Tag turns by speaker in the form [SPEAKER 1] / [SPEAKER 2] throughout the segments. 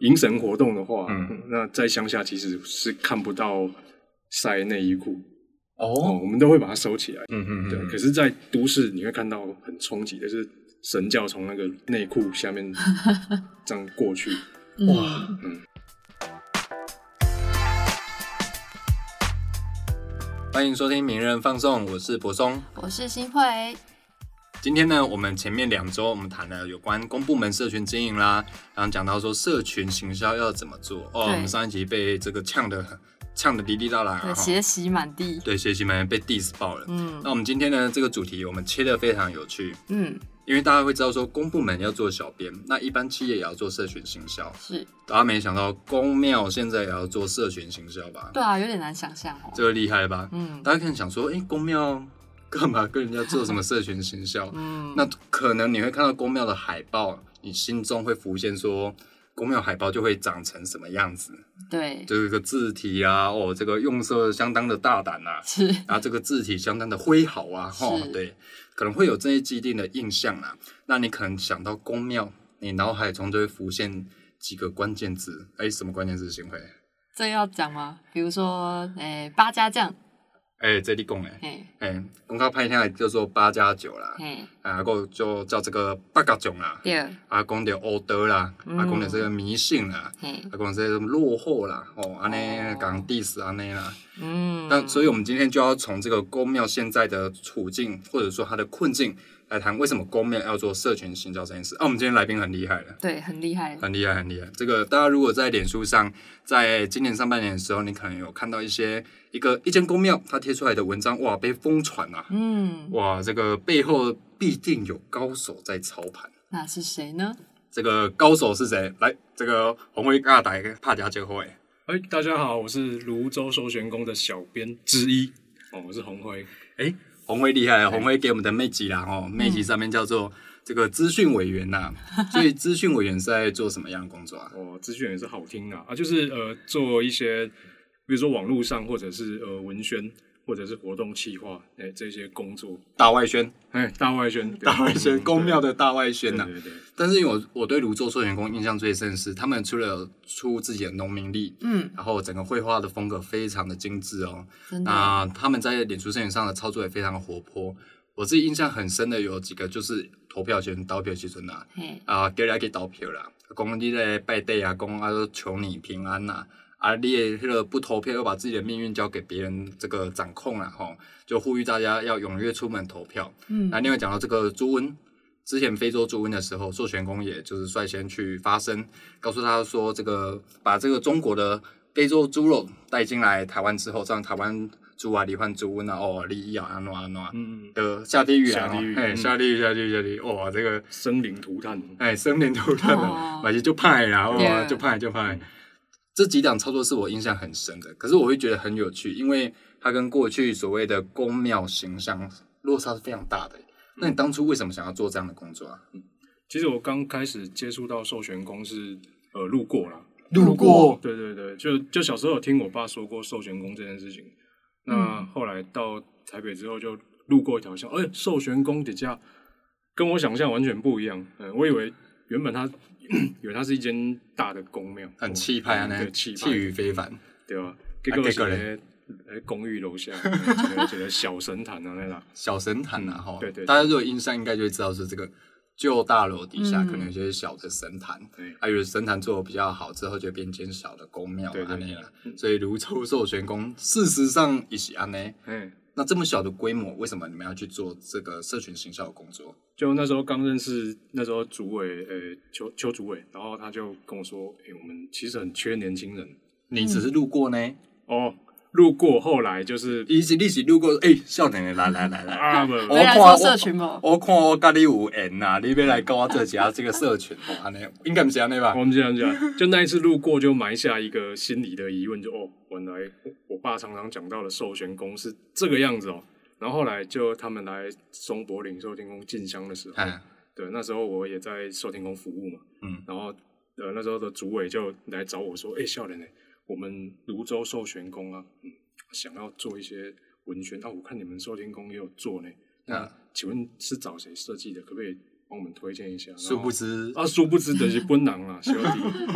[SPEAKER 1] 迎神活动的话，那在乡下其实是看不到晒内衣裤我们都会把它收起来。对。可是，在都市你会看到很冲击的是神教从那个内裤下面这样过去，哇，
[SPEAKER 2] 欢迎收听名人放送，我是柏松，
[SPEAKER 3] 我是新慧。
[SPEAKER 2] 今天呢，我们前面2周我们谈了有关公部门社群经营啦，然后讲到说社群行销要怎么做我们上一集被这个呛的滴滴答答，
[SPEAKER 3] 对，血洗满地，
[SPEAKER 2] 对，血洗满地被 diss 爆了。那我们今天呢这个主题我们切得非常有趣，因为大家会知道说公部门要做小编，那一般企业也要做社群行销，
[SPEAKER 3] 是，
[SPEAKER 2] 大家没想到公庙现在也要做社群行销吧？
[SPEAKER 3] 对啊，有点难想象
[SPEAKER 2] 这个厉害吧？大家可能想说，公庙干嘛跟人家做什么社群行销？那可能你会看到公庙的海报，你心中会浮现说，公庙海报就会长成什么样子？
[SPEAKER 3] 对，
[SPEAKER 2] 这个字体啊，这个用色相当的大胆啊，
[SPEAKER 3] 是，
[SPEAKER 2] 然后这个字体相当的挥毫啊，对，可能会有这些既定的印象啊。那你可能想到公庙，你脑海中就会浮现几个关键字，什么关键字？新慧，
[SPEAKER 3] 这要讲吗？比如说，八家将。
[SPEAKER 2] 这你讲讲较歹听叫做8+9啦，还有就叫这个八角囧啦，讲到欧德啦，讲到这个迷信啦，讲到这个落后啦，安尼讲 diss 安尼啦，那所以我们今天就要从这个公庙现在的处境，或者说它的困境来谈为什么公庙要做社群行销这件事。我们今天来宾很厉害了，
[SPEAKER 3] 对，很厉害。
[SPEAKER 2] 这个大家如果在脸书上，在今年上半年的时候，你可能有看到一间公庙它贴出来的文章，哇，被疯传啊，哇，这个背后必定有高手在操盘。
[SPEAKER 3] 那是谁呢？
[SPEAKER 2] 这个高手是谁？来，这个宏辉大大大家结会。
[SPEAKER 1] 大家好，我是泸州寿玄宫的小编之一我是宏辉。
[SPEAKER 2] 宏辉厉害了，宏辉给我们的妹集啦妹集上面叫做这个资讯委员呐，所以资讯委员是在做什么样的工作啊？
[SPEAKER 1] 资讯委员是好听就是做一些，比如说网络上或者是文宣或者是活动企划这些工作。
[SPEAKER 2] 大外宣，
[SPEAKER 1] 大外宣，
[SPEAKER 2] 公庙的大外宣呐。
[SPEAKER 1] 对。
[SPEAKER 2] 但是因为我对泸州寿玄宫印象最深是，他们除了有出自己的农民历，然后整个绘画的风格非常的精致那他们在脸书社群上的操作也非常的活泼。我自己印象很深的有几个，就是投票前投票时阵叫你去投票啦，讲你咧拜地讲求你平安呐。你也不投票，又把自己的命运交给别人这个掌控了就呼吁大家要踊跃出门投票。那另外讲到这个猪瘟，之前非洲猪瘟的时候，寿玄宫也就是率先去发声，告诉他说把这个中国的非洲猪肉带进来台湾之后，让台湾猪罹患猪瘟你要安怎的下地狱啦，下地狱，哇，这个
[SPEAKER 1] 生灵涂炭，
[SPEAKER 2] 嘛是就派啦，就派。这几档操作是我印象很深的，可是我会觉得很有趣，因为它跟过去所谓的公庙形象落差是非常大的。那你当初为什么想要做这样的工作啊？
[SPEAKER 1] 其实我刚开始接触到寿玄宫是路过啦，对，就小时候有听我爸说过寿玄宫这件事情。那后来到台北之后就路过一条巷，寿玄宫底下跟我想象完全不一样。我以为原本它是一间大的宫庙，
[SPEAKER 2] 很气派气宇非凡，
[SPEAKER 1] 对吧？结果是公寓楼下一个小神坛
[SPEAKER 2] 小神坛
[SPEAKER 1] 对，
[SPEAKER 2] 大家如果印象应该就会知道是这个旧大楼底下可能有些小的神坛，有神坛做的比较好之后就变间小的宫庙所以泸州寿玄宫事实上也是安内。那这么小的规模，为什么你们要去做这个社群行销的工作？
[SPEAKER 1] 就那时候刚认识，那时候主委邱主委，然后他就跟我说，我们其实很缺年轻人。
[SPEAKER 2] 你只是路过呢？
[SPEAKER 1] 路过，后来就是
[SPEAKER 2] 你是路过，少年来，
[SPEAKER 3] 我来做社群吗？
[SPEAKER 2] 我看我跟你有缘呐，你要来跟我做这个社群安尼应该不是安尼吧？
[SPEAKER 1] 我们这样讲，就那一次路过，就埋下一个心里的疑问，原来我爸常常讲到的寿玄宫是这个样子然后后来就他们来松柏岭寿天宫进香的时候，对，那时候我也在寿天宫服务嘛，然后那时候的主委就来找我说，少年我们泸州寿玄宫想要做一些文宣我看你们寿天宫也有做呢，那请问是找谁设计的？可不可以帮我们推荐一下？
[SPEAKER 2] 殊不知
[SPEAKER 1] 就是本人啦，小弟。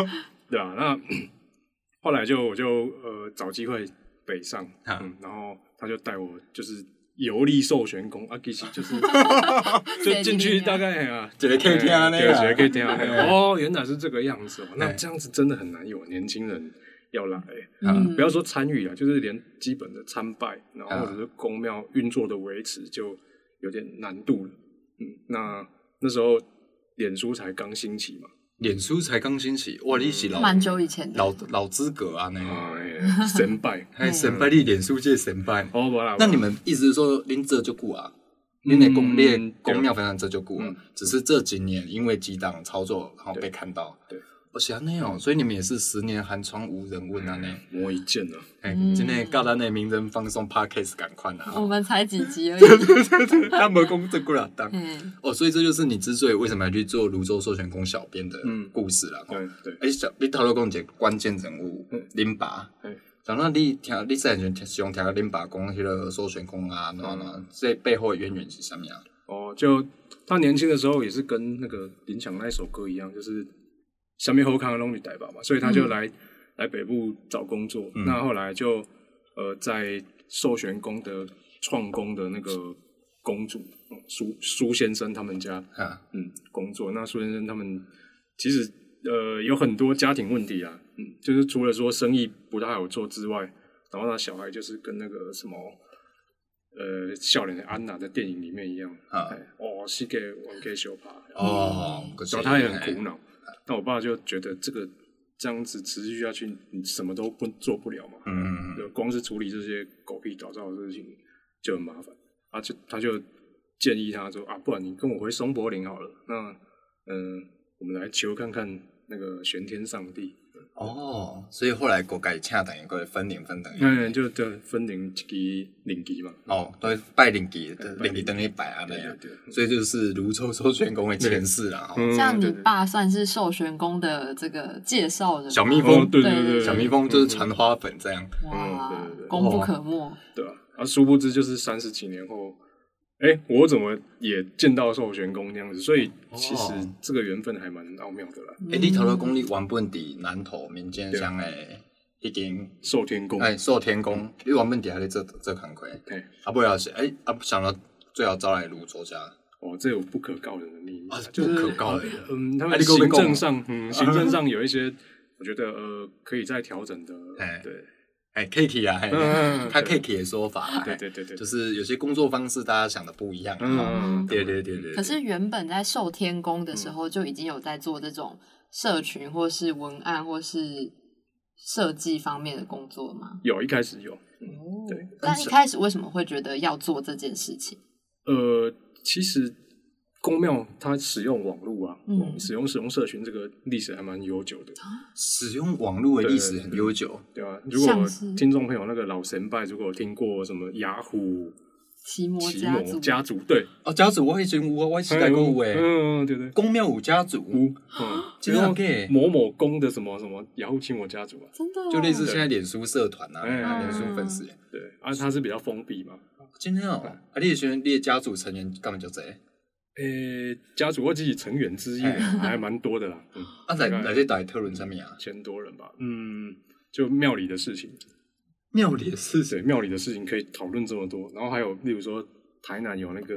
[SPEAKER 1] 对啊，那后来我就找机会北上，然后他就带我就是游历寿玄宫啊，其实就是就进去大概
[SPEAKER 2] 觉得可以听那个，
[SPEAKER 1] 觉得可以听哦，原来是这个样子哦，那这样子真的很难有年轻人要来，不要说参与啊，就是连基本的参拜，然后或者是宫庙运作的维持就有点难度了，那时候脸书才刚兴起嘛。
[SPEAKER 2] 脸书才刚兴起，哇！你是
[SPEAKER 3] 蛮久以前的
[SPEAKER 2] 老资格啊，那
[SPEAKER 1] 个神拜，
[SPEAKER 2] 神拜，你脸书界神拜。
[SPEAKER 1] 哦，不啦。
[SPEAKER 2] 那你们意思是说，您这就顾啊？您的公庙非常这就顾，只是这几年因为几档操作，然后被看到。对，我想那样，所以你们也是10年寒窗无人问啊，那
[SPEAKER 1] 磨一剑啊。
[SPEAKER 2] 今天告咱的名人放送 podcast 赶快啊！
[SPEAKER 3] 我们才几集而已，
[SPEAKER 2] 他们公这过来当所以这就是你之所以为什么要去做泸州寿玄宫小编的故事啦。对，你头路讲一个关键人物林爸，然后你之前喜欢听林爸讲迄个寿玄宫啊，这背后的渊源是什么啊？
[SPEAKER 1] 就他年轻的时候也是跟那个林强那一首歌一样，就是下面后康的拢是台北嘛，所以他就来北部找工作，那后来就在寿玄宫的创宫的那个宫主苏先生他们家工作。那苏先生他们其实有很多家庭问题啊，就是除了说生意不太好做之外，然后他小孩就是跟那个什么笑脸的安娜在电影里面一样，膝盖往给修爬，然后他也很苦恼。但我爸就觉得这样子持续下去，你什么都做不了嘛。光是处理这些狗屁倒灶的事情就很麻烦。他就建议他说不然你跟我回松柏林好了。那我们来求看看那个玄天上帝。
[SPEAKER 2] 所以后来国家请等于个分灵，
[SPEAKER 1] 就分灵一支灵旗嘛。
[SPEAKER 2] 都拜灵旗，灵旗等于拜啊那样。所以就是泸州寿玄宫的前世啦。
[SPEAKER 3] 像你爸算是寿玄宫的这个介绍人，
[SPEAKER 2] 小蜜蜂，
[SPEAKER 1] 对，
[SPEAKER 2] 小蜜蜂就是传花粉这样。
[SPEAKER 3] 哇，功不可没。
[SPEAKER 1] 对啊，殊不知就是30几年后。我怎么也见到寿玄宫这样子，所以其实这个缘分还蛮奥妙的啦。
[SPEAKER 2] 你头路讲你原本伫南投民间乡的已经
[SPEAKER 1] 寿天宫，
[SPEAKER 2] 寿天宫，你原本伫还咧做工课，不要是想到最后招来泸州家。
[SPEAKER 1] 这有不可告的能力
[SPEAKER 2] 就是不可告的。
[SPEAKER 1] 他们行政上有一些，我觉得可以再调整的，对。
[SPEAKER 2] Kitty 啊，他 Kitty 的说法，
[SPEAKER 1] 对，
[SPEAKER 2] 就是有些工作方式大家想的不一样，对。
[SPEAKER 3] 可是原本在寿天宫的时候就已经有在做这种社群或是文案或是设计方面的工作吗？
[SPEAKER 1] 有，一开始有。对。
[SPEAKER 3] 但一开始为什么会觉得要做这件事情？
[SPEAKER 1] 其实宫庙它使用网络啊，使用社群这个历史还蛮悠久的。
[SPEAKER 2] 使用网络的历史很悠久，
[SPEAKER 1] 对啊。如果听众朋友那个老神拜，如果有听过什么雅虎、
[SPEAKER 3] 奇摩
[SPEAKER 1] 家族，对
[SPEAKER 2] 家族我以前我时代过有诶，
[SPEAKER 1] 对，
[SPEAKER 2] 宫庙有家族，
[SPEAKER 1] 真的假？某某宫的什么什么雅虎奇摩家族啊，
[SPEAKER 3] 真的，
[SPEAKER 2] 就类似现在脸书社团啊，脸书粉丝，
[SPEAKER 1] 对，它是比较封闭嘛。
[SPEAKER 2] 真的你的家族成员根本就这。
[SPEAKER 1] 家族我自己成员之一还蛮多的啦。
[SPEAKER 2] 来这打特论上面
[SPEAKER 1] 1000多人吧。就庙里的事情，
[SPEAKER 2] 庙里的事情，
[SPEAKER 1] 庙里的事情可以讨论这么多。然后还有例如说台南有那个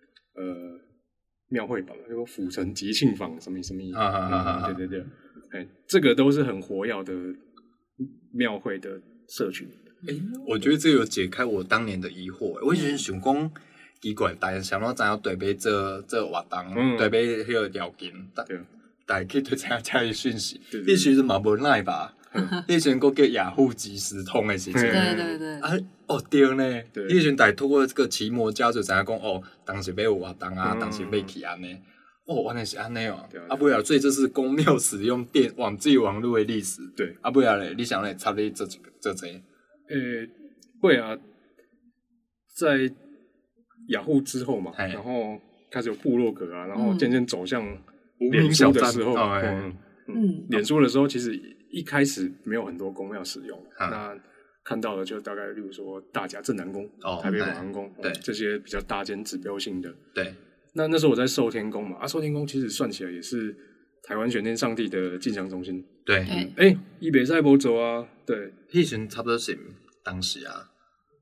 [SPEAKER 1] 庙会榜，那个府城吉庆坊什么对，这个都是很活跃的庙会的社群。
[SPEAKER 2] 我觉得这有解开我当年的疑惑。我以前想讲奇怪，大家想要知影对面做活动，对面迄个条件，大家去对知影这些讯息。你其实嘛无赖吧？你前个叫雅虎即时通的时阵，
[SPEAKER 3] 对。
[SPEAKER 2] 对呢。你前大家透过这个奇摩家族知影讲当时要有活动啊，当时要去安尼。原来是安尼不要，所以这是宫庙使用网络的历史。对，不要咧，你想来插你这这？
[SPEAKER 1] 会啊，在雅虎之后嘛，然后开始有部落格啊，然后渐渐走向脸书的时候，脸书的时候其实一开始没有很多宫庙使用，那看到的就大概例如说大甲镇南宫、台北保安宫，这些比较大间指标性的。对，那时候我在寿天宫嘛，寿天宫其实算起来也是台湾玄天上帝的进香中心。
[SPEAKER 2] 对，
[SPEAKER 1] 伊北赛博走啊，对，
[SPEAKER 2] 迄时差不多是当时啊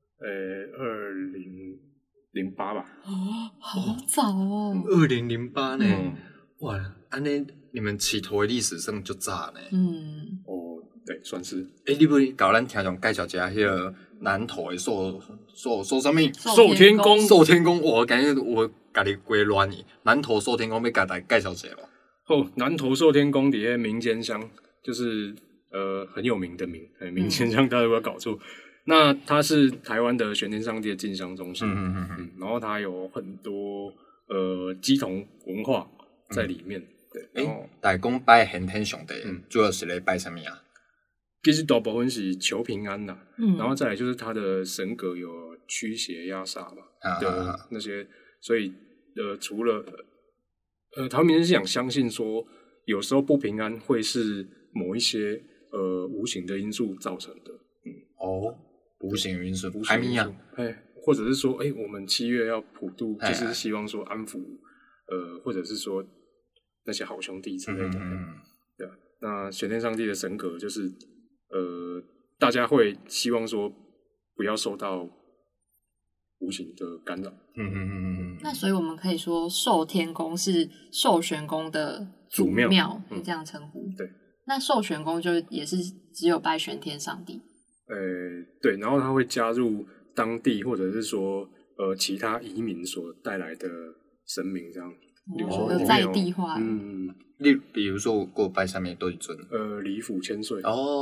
[SPEAKER 1] ，2008吧。
[SPEAKER 3] 好早哦
[SPEAKER 2] ，2008呢，哇，安尼你们起头的历史上就早呢。
[SPEAKER 1] 对，算是。
[SPEAKER 2] 你不搞咱听众介绍一下迄个南投的寿什么？
[SPEAKER 1] 寿天宫。
[SPEAKER 2] 寿天宫，我感觉我家己规乱去。南投寿天宫要甲大家介绍一下吧。
[SPEAKER 1] 南投寿天宫底下民间乡，就是很有名的民间乡，大家不要搞错。那它是台湾的玄天上帝的进香中心，然后它有很多乩童文化在里面。对，
[SPEAKER 2] 大家讲拜玄天上帝，主要是来拜什么啊？
[SPEAKER 1] 其实大部分是求平安啦，然后再来就是它的神格有驱邪压煞嘛的那些，所以除了台湾民间信仰相信说，有时候不平安会是某一些无形的因素造成的。
[SPEAKER 2] 无形因素，还没呀？
[SPEAKER 1] 或者是说，我们7月要普渡，就是希望说安抚或者是说那些好兄弟之类的。对，那玄天上帝的神格就是大家会希望说不要受到无形的干扰。
[SPEAKER 3] 那所以我们可以说寿天宫是寿玄宫的祖庙，是这样称呼。
[SPEAKER 1] 对，
[SPEAKER 3] 那寿玄宫就也是只有拜玄天上帝。
[SPEAKER 1] 对，然后他会加入当地或者是说其他移民所带来的神明这样。
[SPEAKER 3] 有在地化。
[SPEAKER 2] 比如说我拜上面都一尊。
[SPEAKER 1] 李府千岁。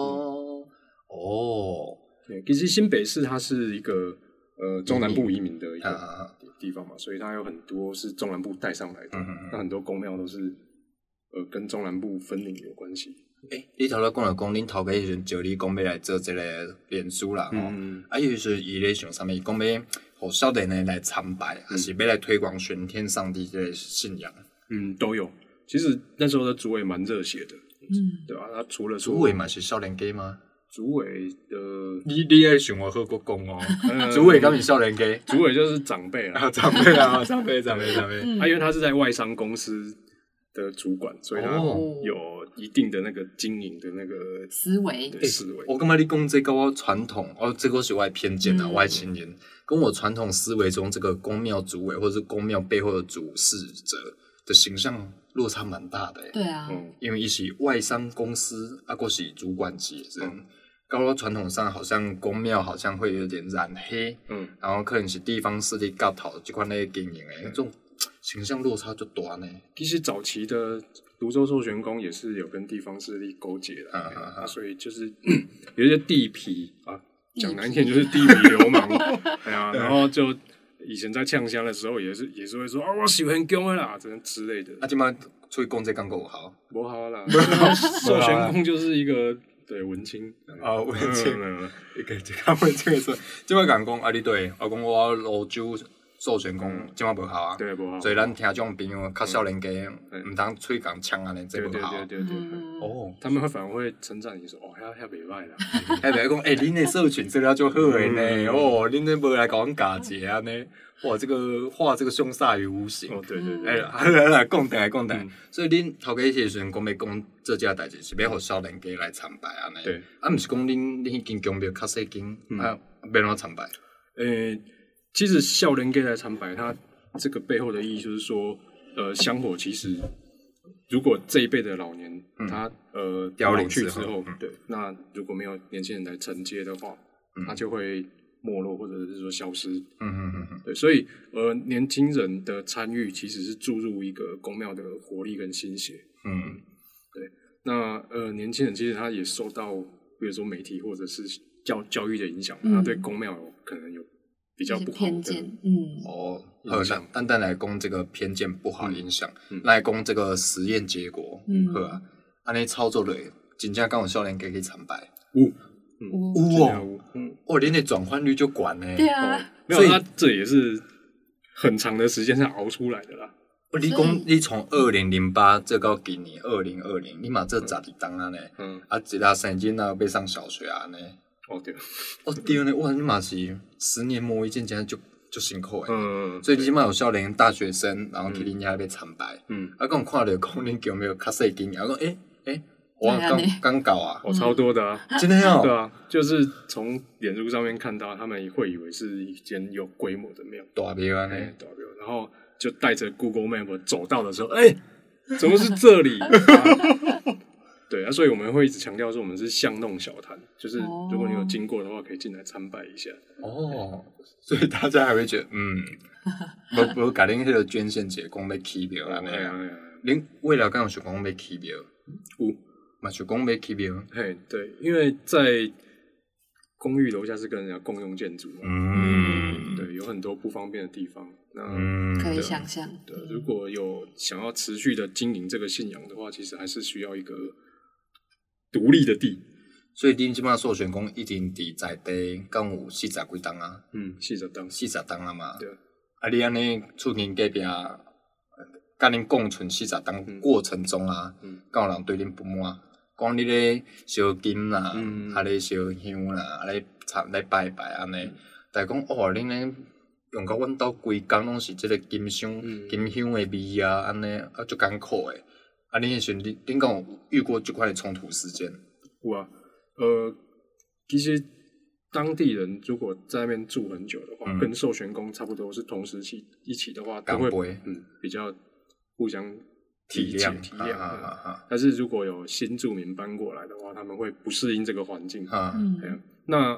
[SPEAKER 1] 对，其实新北市它是一个中南部移民的一个地方嘛，所以它有很多是中南部带上来的。那很多宫庙都是跟中南部分灵有关系。
[SPEAKER 2] 你头先讲恁头家迄阵招你讲要来做这个脸书啦，伊是伊咧想啥物？讲要互少年的来参拜，还是要来推广玄天上帝这个信仰？
[SPEAKER 1] 都有。其实那时候的主委蛮热血的，对吧？他除了
[SPEAKER 2] 主委嘛是少年家吗？
[SPEAKER 1] 主委的
[SPEAKER 2] 你爱想我好过讲哦。主委敢是少年家？
[SPEAKER 1] 主委就是长辈啦，
[SPEAKER 2] 长辈。
[SPEAKER 1] 因为他是在外商公司的主管，所以他有一定的那个经营的那个
[SPEAKER 3] 思维。
[SPEAKER 2] 我感觉你讲这跟我传统这个是我的偏见啊，我的青年跟我传统思维中这个宫庙主委或者是宫庙背后的主事者的形象落差蛮大的。
[SPEAKER 3] 对啊，
[SPEAKER 2] 因为伊是外商公司或是主管级的人。高到传统上好像宫庙好像会有点染黑，然后可能是地方势力夹头这款类经营这种形象落差就大呢。
[SPEAKER 1] 其实早期的泸州寿玄宫也是有跟地方势力勾结的，所以就是有一些地痞讲难听就是地痞流氓，然后就以前在呛香的时候也是会说我喜欢宫的啦，这之类的。
[SPEAKER 2] 现在出去讲这讲有效？
[SPEAKER 1] 无效啦，寿玄宫就是一个。对，文青
[SPEAKER 2] 文青，一个文青的说，即摆讲你对，我讲我泸州寿玄宫即摆无效啊，
[SPEAKER 1] 对，无效。
[SPEAKER 2] 所以咱听众朋友较少年家，唔当出去讲呛安尼，这无效。
[SPEAKER 1] 对。他们反而会称赞你说，遐袂歹啦，
[SPEAKER 2] 遐袂讲，恁的社群做了就好诶呢，恁都无来甲阮教节安尼。哇，这个化这个凶煞于无形。
[SPEAKER 1] 对。
[SPEAKER 2] 来讲谈。所以恁头家迄时阵讲要讲这件代志，是要互少年家来参拜安尼。
[SPEAKER 1] 对。
[SPEAKER 2] 毋是讲恁迄间宫庙较细间，要怎参拜？
[SPEAKER 1] 其实少年家来参拜，它这个背后的意义就是说，香火其实如果这一辈的老年他
[SPEAKER 2] 凋零
[SPEAKER 1] 去之后，对，那如果没有年轻人来承接的话，他就会没落或者是说消失。对，所以年轻人的参与其实是注入一个宫庙的活力跟心血。对，那年轻人其实他也受到比如说媒体或者是教育的影响，他对宫庙可能有比较不好的
[SPEAKER 3] 偏见。
[SPEAKER 2] 单来讲这个偏见不好的影响，来讲这个实验结果，好啊，安尼操作类真正敢有少年家去参拜。恁的转换率就管呢。
[SPEAKER 3] 对啊，
[SPEAKER 1] 没有，他这也是很长的时间才熬出来的啦。
[SPEAKER 2] 你讲你从2008做到今年2020，你嘛这12档啊呢？一下生囡仔要上小学啊呢？
[SPEAKER 1] 对。
[SPEAKER 2] 对呢，哇，你嘛是10年磨一剑，真就就辛苦诶。所以你即摆有少年大学生，然后去恁遐要参拜，讲看到讲恁叫没有较细间，讲我刚搞啊，
[SPEAKER 1] 超多的啊，
[SPEAKER 2] 真的哦，
[SPEAKER 1] 对啊，就是从脸书上面看到，他们会以为是一间有规模的庙，
[SPEAKER 2] 大庙啊，
[SPEAKER 1] 大庙，然后就带着 Google Map 走到的时候，怎么是这里？对啊，所以我们会一直强调说，我们是巷弄小摊，就是如果你有经过的话，可以进来参拜一下。
[SPEAKER 2] 所以大家还会觉得，无甲恁迄个捐献者讲要起庙安尼啊？恁未来敢有想讲要起庙？
[SPEAKER 1] 有。
[SPEAKER 2] 嘛想讲要起庙，
[SPEAKER 1] 对，因为在公寓楼下是跟人家共用建筑嘛，对，有很多不方便的地方，那
[SPEAKER 3] 可以想象。
[SPEAKER 1] 对，如果有想要持续的经营这个信仰的话，其实还是需要一个独立的地。
[SPEAKER 2] 所以恁即摆授权讲一定伫在地，敢有40几栋啊？40栋啊嘛。对。啊，你安尼厝边隔壁，甲恁共存40栋过程中啊，敢有人对恁不满？讲你咧烧金啦，咧烧香啦，咧拜拜安尼，但讲恁咧用到阮兜规工拢是即个金香的味啊，安尼足艰苦诶。啊，恁迄时恁敢有遇过这款的冲突事件？
[SPEAKER 1] 有啊，其实当地人如果在那边住很久的话，跟授权工差不多是同时一起的话，都会比较互相体谅，但是如果有新住民搬过来的话，他们会不适应这个环境。那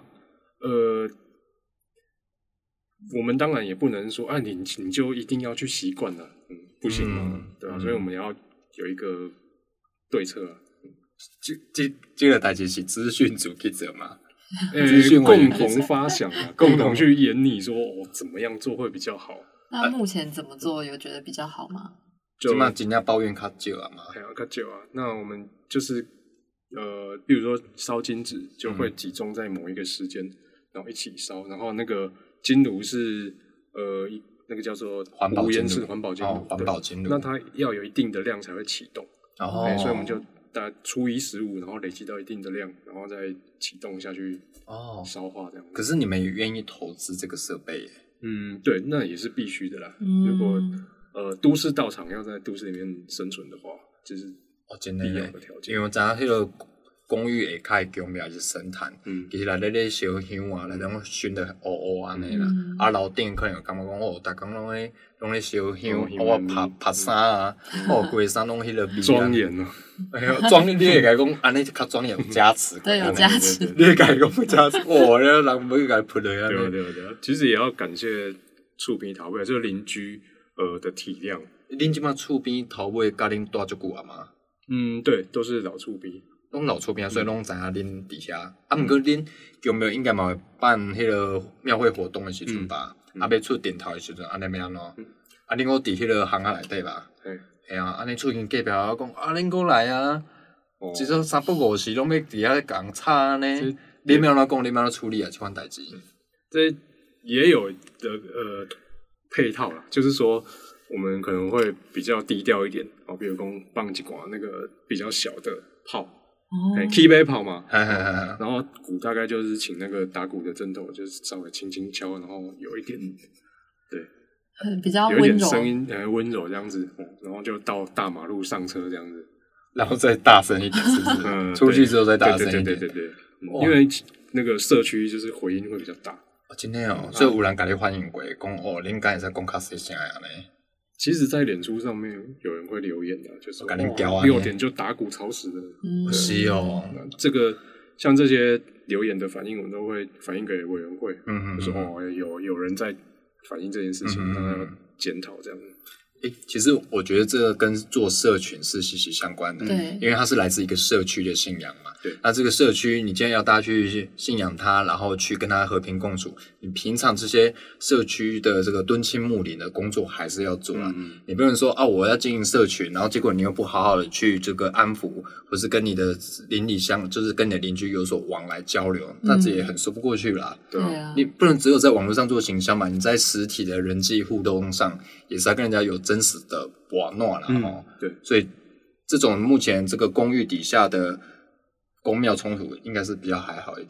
[SPEAKER 1] 我们当然也不能说，你就一定要去习惯了，不行嘛，对吧？所以我们要有一个对策啊。
[SPEAKER 2] 这个代志是资讯组去做嘛？
[SPEAKER 1] 共同发想啊，共同去研拟说怎么样做会比较好。
[SPEAKER 3] 那目前怎么做有觉得比较好吗？
[SPEAKER 2] 就嘛真正抱怨较少啊嘛，
[SPEAKER 1] 较少啊。那我们就是比如说烧金纸，就会集中在某一个时间，然后一起烧。然后那个金炉是那个叫做无烟式环保金炉，那它要有一定的量才会启动。所以我们就大概初一15，然后累积到一定的量，然后再启动下去烧化这样。
[SPEAKER 2] 可是你们也愿意投资这个设备耶？
[SPEAKER 1] 对，那也是必须的啦。如果都市道场要在都市里面生存的话，就是必要的条件。
[SPEAKER 2] 因为我知影迄个公寓下骹宫庙是神坛，其实内底咧烧香啊，内底拢熏得乌乌安尼啦。啊，楼顶可能有感觉讲逐工拢咧烧香，我拍衫啊，规身拢迄个味
[SPEAKER 1] 庄严哦。
[SPEAKER 2] 庄严，你会甲伊讲安尼较庄严有加持，
[SPEAKER 3] 对，有加持。
[SPEAKER 2] 你会甲伊讲有加持，哇，人要甲伊扑落安尼。
[SPEAKER 1] 对，其实也要感谢厝边头尾，就是邻居的体谅。
[SPEAKER 2] 恁即摆厝边头尾甲恁住足久啊嘛？
[SPEAKER 1] 对，都是老厝边。
[SPEAKER 2] 拢老厝边，所以拢知影恁伫遐。毋过恁有没有应该嘛会办迄个庙会活动的时阵吧？要出电头的时阵，安尼要安怎？恁我伫迄个巷仔内底吧？嘿啊，安尼厝边隔壁讲恁过来啊！即种3不5时拢要伫遐共吵安尼。恁要安怎讲？恁要安怎处理啊？这款代志？
[SPEAKER 1] 这也有的配套啦，就是说我们可能会比较低调一点，比如说放几管那个比较小的炮。key 杯跑嘛，然后鼓大概就是请那个打鼓的针头，就是稍微轻轻敲，然后有一点
[SPEAKER 3] 比较
[SPEAKER 1] 有一点声音温柔这样子，然后就到大马路上车这样子，
[SPEAKER 2] 然后再大声一点，是不是？出去之后再大声一点，
[SPEAKER 1] 对，因为那个社区就是回音会比较大。
[SPEAKER 2] 真的哦，所以有人甲你反映过，讲恁敢会使讲较细声安尼。
[SPEAKER 1] 其实，在脸书上面有人会留言的，就是
[SPEAKER 2] 6
[SPEAKER 1] 点就打鼓吵死了。
[SPEAKER 2] 是哦，
[SPEAKER 1] 这个像这些留言的反应，我们都会反映给委员会，就说有人在反映这件事情，让他要检讨这样。
[SPEAKER 2] 其实我觉得这个跟做社群是息息相关的，因为它是来自一个社区的信仰嘛。那这个社区，你既然要大家去信仰它，然后去跟它和平共处，你平常这些社区的这个敦亲睦邻的工作还是要做啊。你不能说我要经营社群，然后结果你又不好好的去这个安抚，或是跟你的邻里就是跟你的邻居有所往来交流，那这也很说不过去啦。
[SPEAKER 3] 对啊，
[SPEAKER 2] 你不能只有在网络上做行销嘛，你在实体的人际互动上也是要跟人家有真实的往诺啦。
[SPEAKER 1] 对，
[SPEAKER 2] 所以这种目前这个公寓底下的公庙冲突应该是比较还好一点的。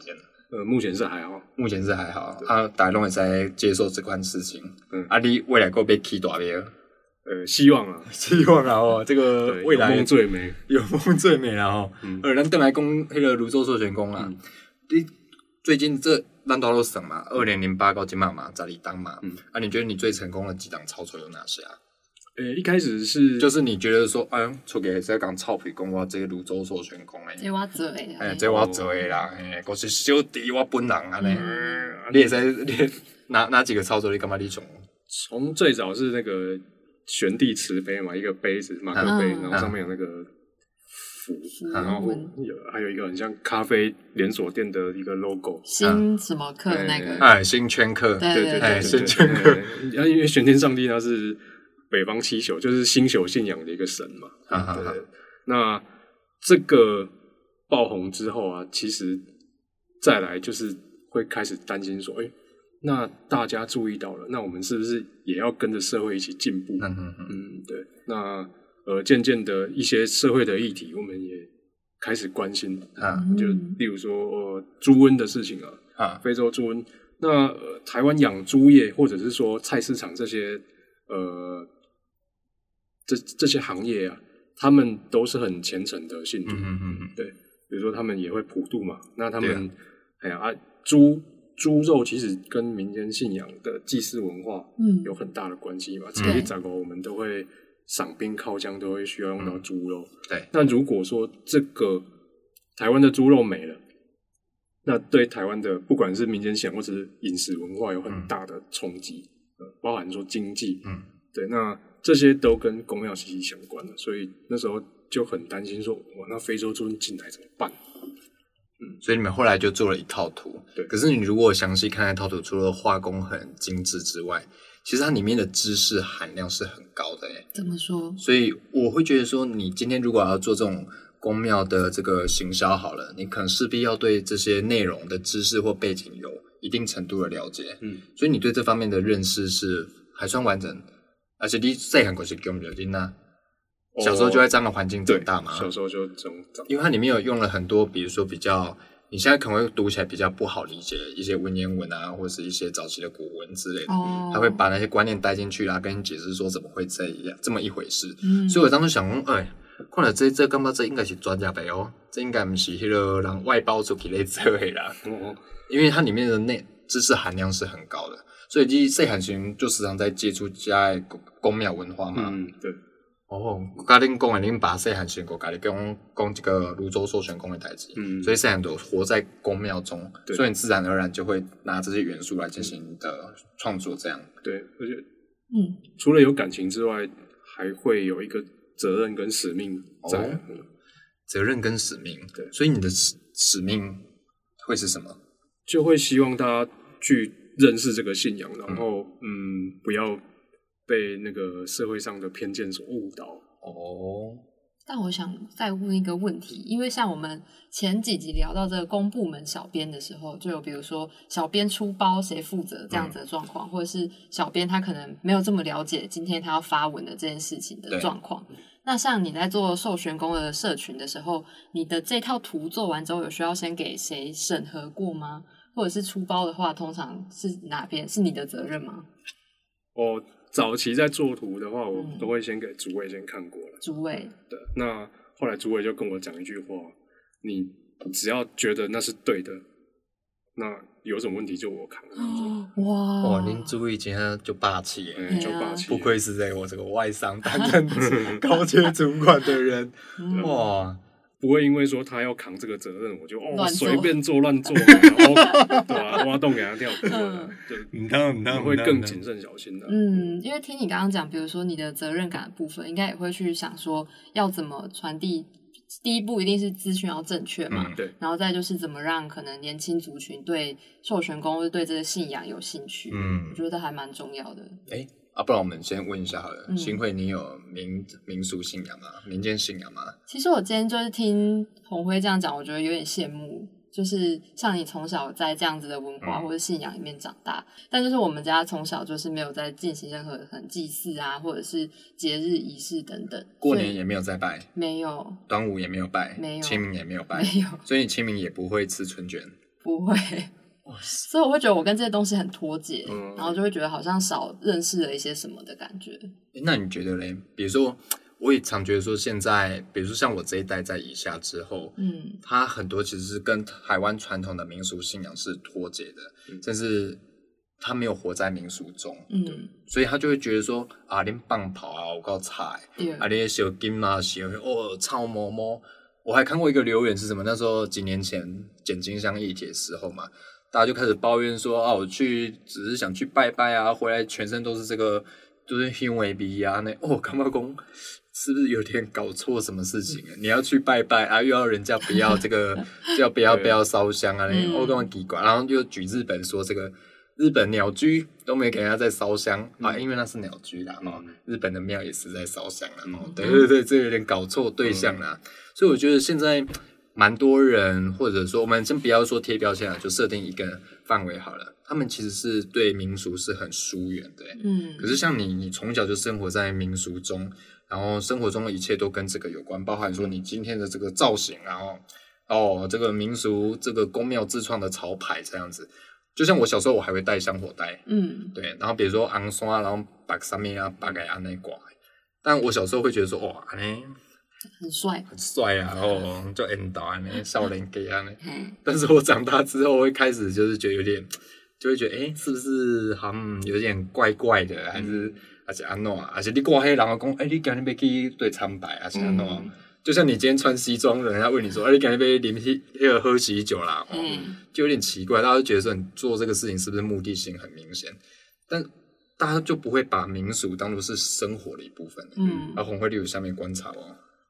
[SPEAKER 1] 目前是还好，
[SPEAKER 2] 大家都会在接受这款事情。你未来够被起大咩？
[SPEAKER 1] 希望啊，
[SPEAKER 2] 这个未来
[SPEAKER 1] 有梦最美，
[SPEAKER 2] 有梦最美啦吼。咱等来讲迄个泸州寿全宫啦，你最近这咱都省嘛，2008到今嘛12档嘛，你觉得你最成功的几档操作有哪些啊？
[SPEAKER 1] 一开始是
[SPEAKER 2] 就是你觉得说，出去在讲臭屁讲我这个泸州寿全宫诶，
[SPEAKER 3] 这我做诶，
[SPEAKER 2] 这我做诶啦，我是小弟我本人安尼，你也在哪几个操作你感觉你
[SPEAKER 1] 从最早是那个玄帝瓷杯嘛，一个杯子马克杯，然后上面有那个符，然后还有一个很像咖啡连锁店的一个 logo，
[SPEAKER 3] 新什么课那个，
[SPEAKER 2] 新圈课，
[SPEAKER 3] 对，
[SPEAKER 2] 新圈课，
[SPEAKER 1] 因为玄天上帝他是北方七宿，就是星宿信仰的一个神嘛，对。那这个爆红之后啊，其实再来就是会开始担心说，那大家注意到了，那我们是不是也要跟着社会一起进步？对。那渐渐的一些社会的议题，我们也开始关心就例如说猪瘟的事情非洲猪瘟。那台湾养猪业或者是说菜市场这些这些行业啊，他们都是很虔诚的信徒，对，比如说他们也会普渡嘛，那他们猪肉其实跟民间信仰的祭祀文化有很大的关系嘛。前一阵我们都会赏冰靠姜，都会需要用到猪肉。
[SPEAKER 2] 对，
[SPEAKER 1] 那如果说这个台湾的猪肉没了，那对台湾的不管是民间信仰或者是饮食文化有很大的冲击，包含说经济，对，那这些都跟公庙息息相关的，所以那时候就很担心说，哇，那非洲猪瘟进来怎么办？
[SPEAKER 2] 所以你们后来就做了一套图。
[SPEAKER 1] 对，
[SPEAKER 2] 可是你如果详细看那套图，除了画工很精致之外，其实它里面的知识含量是很高的
[SPEAKER 3] 怎么说？
[SPEAKER 2] 所以我会觉得说，你今天如果要做这种公庙的这个行销好了，你可能势必要对这些内容的知识或背景有一定程度的了解。所以你对这方面的认识是还算完整，而且你细汉就是公庙囡仔。小时候就在这样的环境长大嘛，
[SPEAKER 1] 小时候就这种长大，
[SPEAKER 2] 因为它里面有用了很多，比如说比较你现在可能会读起来比较不好理解一些文言文啊，或者是一些早期的古文之类的，他会把那些观念带进去啦，跟你解释说怎么会这么一回事。所以我当时想说，看了这感觉这应该是专业的这应该不是那个人外包出去来做的啦，因为它里面的知识含量是很高的，所以你细汉时就时常在接触家的公庙文化嘛。
[SPEAKER 1] 对。
[SPEAKER 2] 甲恁讲的，恁爸细汉时候甲你讲这个泸州寿全宫的代志，所以细汉都活在宫庙中，所以你自然而然就会拿这些元素来进行你的创作，这样。
[SPEAKER 1] 对，而且除了有感情之外，还会有一个责任跟使命在。
[SPEAKER 2] 责任跟使命，对，所以你的使命会是什么？
[SPEAKER 1] 就会希望大家去认识这个信仰，然后不要被那个社会上的偏见所误导。
[SPEAKER 3] 但我想再问一个问题，因为像我们前几集聊到这个公部门小编的时候，就有比如说小编出包谁负责这样子的状况，或者是小编他可能没有这么了解今天他要发文的这件事情的状况。那像你在做寿全宫的社群的时候，你的这套图做完之后，有需要先给谁审核过吗？或者是出包的话，通常是哪边是你的责任吗？
[SPEAKER 1] 早期在做图的话，我都会先给主委先看过了。
[SPEAKER 3] 主委
[SPEAKER 1] 对，那后来主委就跟我讲一句话：你只要觉得那是对的，那有什么问题就我扛。
[SPEAKER 3] 哇，
[SPEAKER 2] 您主委今天就霸气耶，
[SPEAKER 1] 就霸气，
[SPEAKER 2] 不愧是在我这个外商担任高阶主管的人，哇。
[SPEAKER 1] 不会因为说他要扛这个责任，我就随便做乱做，然后对啊，挖洞给他跳，对，会更谨慎小心的。
[SPEAKER 3] 因为听你刚刚讲，比如说你的责任感的部分，应该也会去想说要怎么传递。第一步一定是资讯要正确嘛，
[SPEAKER 1] 对，
[SPEAKER 3] 然后再就是怎么让可能年轻族群对寿全宫或者对这个信仰有兴趣，我觉得还蛮重要的。
[SPEAKER 2] 不然我们先问一下好了，新慧，你有民俗信仰吗？民间信仰吗？
[SPEAKER 3] 其实我今天就是听宏辉这样讲，我觉得有点羡慕，就是像你从小在这样子的文化或者信仰里面长大，但就是我们家从小就是没有在进行任何很祭祀啊，或者是节日仪式等等。
[SPEAKER 2] 过年也没有在拜，
[SPEAKER 3] 没有。
[SPEAKER 2] 端午也没有拜，
[SPEAKER 3] 没有。
[SPEAKER 2] 清明也没有拜，
[SPEAKER 3] 没有。
[SPEAKER 2] 所以你清明也不会吃春卷。
[SPEAKER 3] 不会。所以我会觉得我跟这些东西很脱节，然后就会觉得好像少认识了一些什么的感觉。
[SPEAKER 2] 那你觉得嘞？比如说，我也常觉得说，现在比如说像我这一代在以下之后，他很多其实是跟台湾传统的民俗信仰是脱节的，甚至他没有活在民俗中，所以他就会觉得说啊，你棒跑啊，我告菜，啊，你小金啊，小超摸摸。我还看过一个留言是什么？那时候几年前捡金香议题的时候嘛。大家就开始抱怨说啊，我只是想去拜拜啊，回来全身都是这个，就是因为鼻啊那干嘛讲是不是有点搞错什么事情啊？你要去拜拜啊，又要人家不要这个，要不要烧香啊？我干嘛奇怪？然后又举日本说这个日本鸟居都没给人家在烧香啊，因为那是鸟居啦日本的庙也是在烧香啦对，这有点搞错对象啦，所以我觉得现在。蛮多人，或者说我们先不要说贴标签了，就设定一个范围好了。他们其实是对民俗是很疏远的，可是像你从小就生活在民俗中，然后生活中的一切都跟这个有关，包含说你今天的这个造型，然后这个民俗这个宫庙自创的潮牌这样子。就像我小时候我还会带香火袋，对，然后比如说红线然后把上面啊把个安内挂，但我小时候会觉得说哇安内。
[SPEAKER 3] 很帅，
[SPEAKER 2] 很帅啊！就引导啊，那少年家啊，但是我长大之后会开始就是觉得有点，就会觉得是不是好像有点怪怪的，还是安怎？还是你挂黑人讲，你今日要去对参拜，还是安怎？就像你今天穿西装，人家问你说，你今日要啉那个喝喜酒啦，就有点奇怪，大家就觉得说你做这个事情是不是目的性很明显？但大家就不会把民俗当作是生活的一部分。然后红会例如下面观察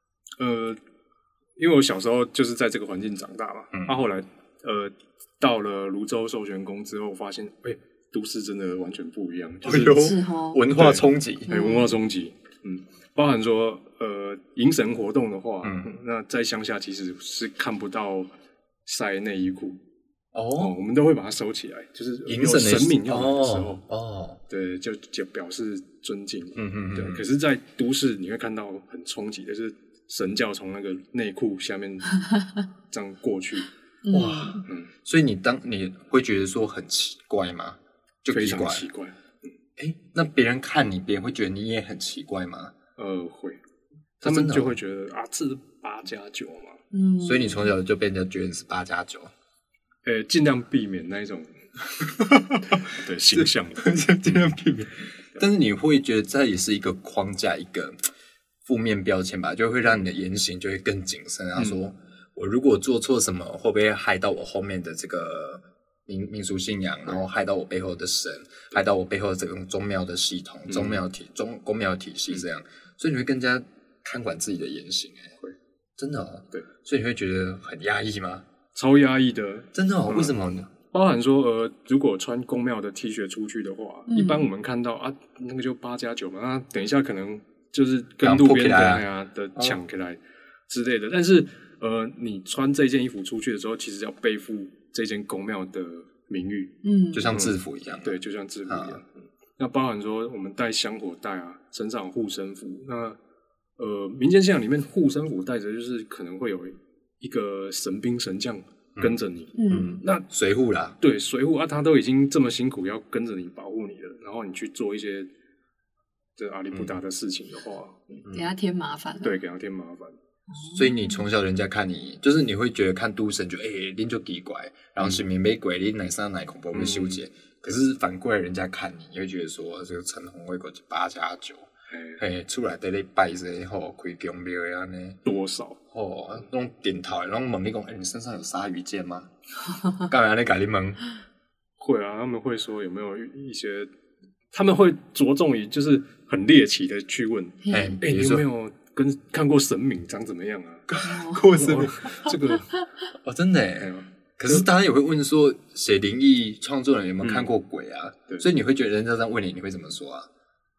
[SPEAKER 1] 因为我小时候就是在这个环境长大嘛，后来到了泸州寿玄宫之后，发现都市真的完全不一样，就是
[SPEAKER 2] 文化冲击，
[SPEAKER 1] 文化冲击，包含说迎神活动的话，那在乡下其实是看不到晒内衣裤。我们都会把它收起来，就是有神明要来的时候，对，就表示尊敬，对。可是，在都市你会看到很冲击的是神教从那个内裤下面这样过去，
[SPEAKER 2] 哇，所以你会觉得说很奇怪吗？就
[SPEAKER 1] 非常奇怪。
[SPEAKER 2] 那别人看你，别人会觉得你也很奇怪吗？
[SPEAKER 1] 会，他们就会觉得这是8+9嘛，
[SPEAKER 2] 所以你从小就被人家觉得你是8+9。
[SPEAKER 1] 尽量避免那一种对形象，
[SPEAKER 2] 尽量避免。但是你会觉得这也是一个框架，一个负面标签吧，就会让你的言行就会更谨慎。他说，我如果做错什么，会不会害到我后面的这个民俗信仰，然后害到我背后的神，害到我背后的这种宗庙的系统、公庙体系这样，所以你会更加看管自己的言行。
[SPEAKER 1] 会
[SPEAKER 2] 真的
[SPEAKER 1] 对，
[SPEAKER 2] 所以你会觉得很压抑吗？
[SPEAKER 1] 超压抑的，
[SPEAKER 2] 真的为什么呢？
[SPEAKER 1] 包含说如果穿宫庙的 T 恤出去的话，一般我们看到那个就8+9嘛，那等一下可能就是跟路边的抢起来之类的。但是你穿这件衣服出去的时候，其实要背负这间宫庙的名誉，
[SPEAKER 2] 就像制服一样，
[SPEAKER 1] 对，就像制服一样。那包含说我们带香火袋啊，身上有护身符，那民间信仰里面护身符带着就是可能会有一个神兵神将跟着你，那
[SPEAKER 2] 随护啦，
[SPEAKER 1] 对，随护他都已经这么辛苦要跟着你保护你了，然后你去做一些这阿里不达的事情的话，
[SPEAKER 3] 给他添麻烦，
[SPEAKER 1] 对，给他添麻烦。
[SPEAKER 2] 所以你从小人家看你，就是你会觉得看都神就你就奇怪，然后是面没鬼，你哪三哪恐怖会修结，可是反过来人家看你，你会觉得说这个陈宏伟个8+9。出来在咧拜这开宫庙的安尼
[SPEAKER 1] 多少
[SPEAKER 2] 那种点头，然后问你讲，你身上有鲨鱼剑吗？干嘛安尼甲你问？
[SPEAKER 1] 会啊，他们会说有没有一些，他们会着重于就是很猎奇的去问，你有没有看过神明长怎么样啊？
[SPEAKER 2] 看过神明
[SPEAKER 1] 这个
[SPEAKER 2] 真的可是大家也会问说，写灵异创作人有没有看过鬼啊？所以你会觉得人家这样问你，你会怎么说啊？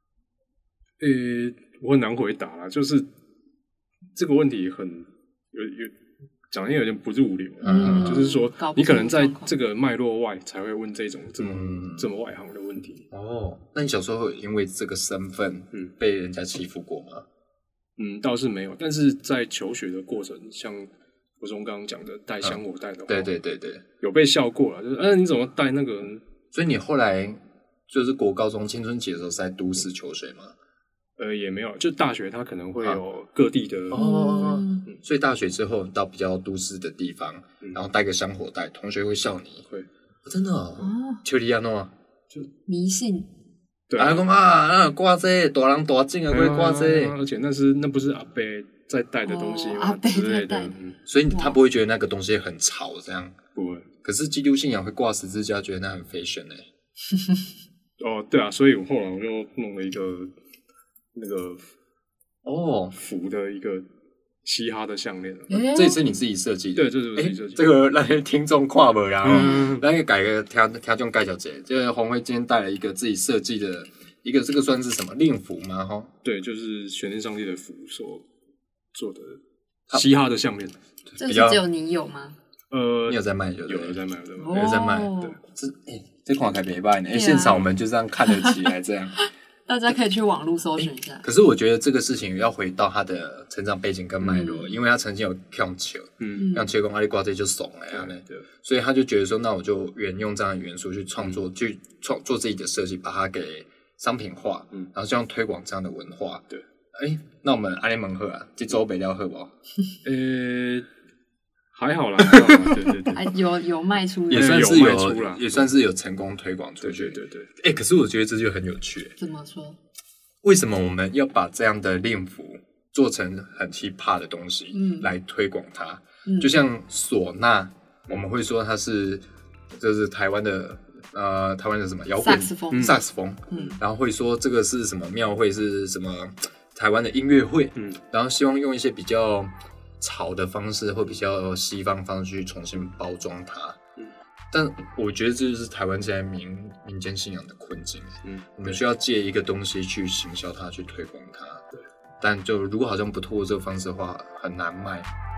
[SPEAKER 1] 我很难回答啦，就是这个问题很讲的有点不入流，就是说你可能在这个脉络外才会问这种这么外行的问题。
[SPEAKER 2] 那你小时候因为这个身份被人家欺负过吗？
[SPEAKER 1] 倒是没有，但是在求学的过程，像我从刚刚讲的带香火带的话，
[SPEAKER 2] 对，
[SPEAKER 1] 有被笑过了，就是你怎么带那个？
[SPEAKER 2] 所以你后来就是国高中青春期的时候是在都市求学吗？
[SPEAKER 1] 也没有，就大学它可能会有各地的
[SPEAKER 2] 所以大学之后到比较都市的地方，然后带个香火袋，同学会笑你，
[SPEAKER 1] 会
[SPEAKER 2] 真的丘里亚诺
[SPEAKER 3] 就迷信，
[SPEAKER 1] 对
[SPEAKER 2] 啊，讲挂这大人大镜啊，会挂这，
[SPEAKER 1] 而且那不是阿伯在带的东西吗？之类的，
[SPEAKER 2] 所以他不会觉得那个东西很潮，这样
[SPEAKER 1] 不会。
[SPEAKER 2] 可是基督信仰会挂十字架，觉得那很 fashion
[SPEAKER 1] 对啊，所以我后来我就弄了一个那个符的一个嘻哈的项链，
[SPEAKER 2] 这也是你自己设计的？
[SPEAKER 1] 对，这是我自己设计的。
[SPEAKER 2] 这个让听众看不啦，咱个改个听众介绍一下，就是洪辉今天带了一个自己设计的一个，这个算是什么令符吗？哈，
[SPEAKER 1] 对，就是玄天上帝的符所做的嘻哈的项链。
[SPEAKER 3] 这是只有你有吗？
[SPEAKER 2] 你有在卖就对，
[SPEAKER 1] 有在卖，
[SPEAKER 2] 有在卖。对，这款还没卖呢。现场我们就这样看得起来，这样。
[SPEAKER 3] 大家可以去网络搜寻一下。
[SPEAKER 2] 可是我觉得这个事情要回到他的成长背景跟脉络，因为他曾经有跳球，跳球跟阿里瓜这就怂了呀，所以他就觉得说，那我就沿用这样的元素去创作自己的设计，把它给商品化，然后这样推广这样的文化。
[SPEAKER 1] 对，
[SPEAKER 2] 那我们阿联盟喝啊，这周北料喝不？
[SPEAKER 1] 还好啦，
[SPEAKER 3] 对，有卖出，
[SPEAKER 2] 也算是也算是有成功推广出去。
[SPEAKER 1] 对。
[SPEAKER 2] 可是我觉得这就很有趣。
[SPEAKER 3] 怎么说？
[SPEAKER 2] 为什么我们要把这样的令符做成很 hip-hop 的东西，来推广它？就像唢呐，我们会说它是就是台湾的什么摇滚萨克斯风，然后会说这个是什么庙会是什么台湾的音乐会，然后希望用一些比较潮的方式或比较西方方式去重新包装它，但我觉得这就是台湾现在民间信仰的困境。我们需要借一个东西去行销它，去推广它。但就如果好像不透过这个方式的话，很难卖。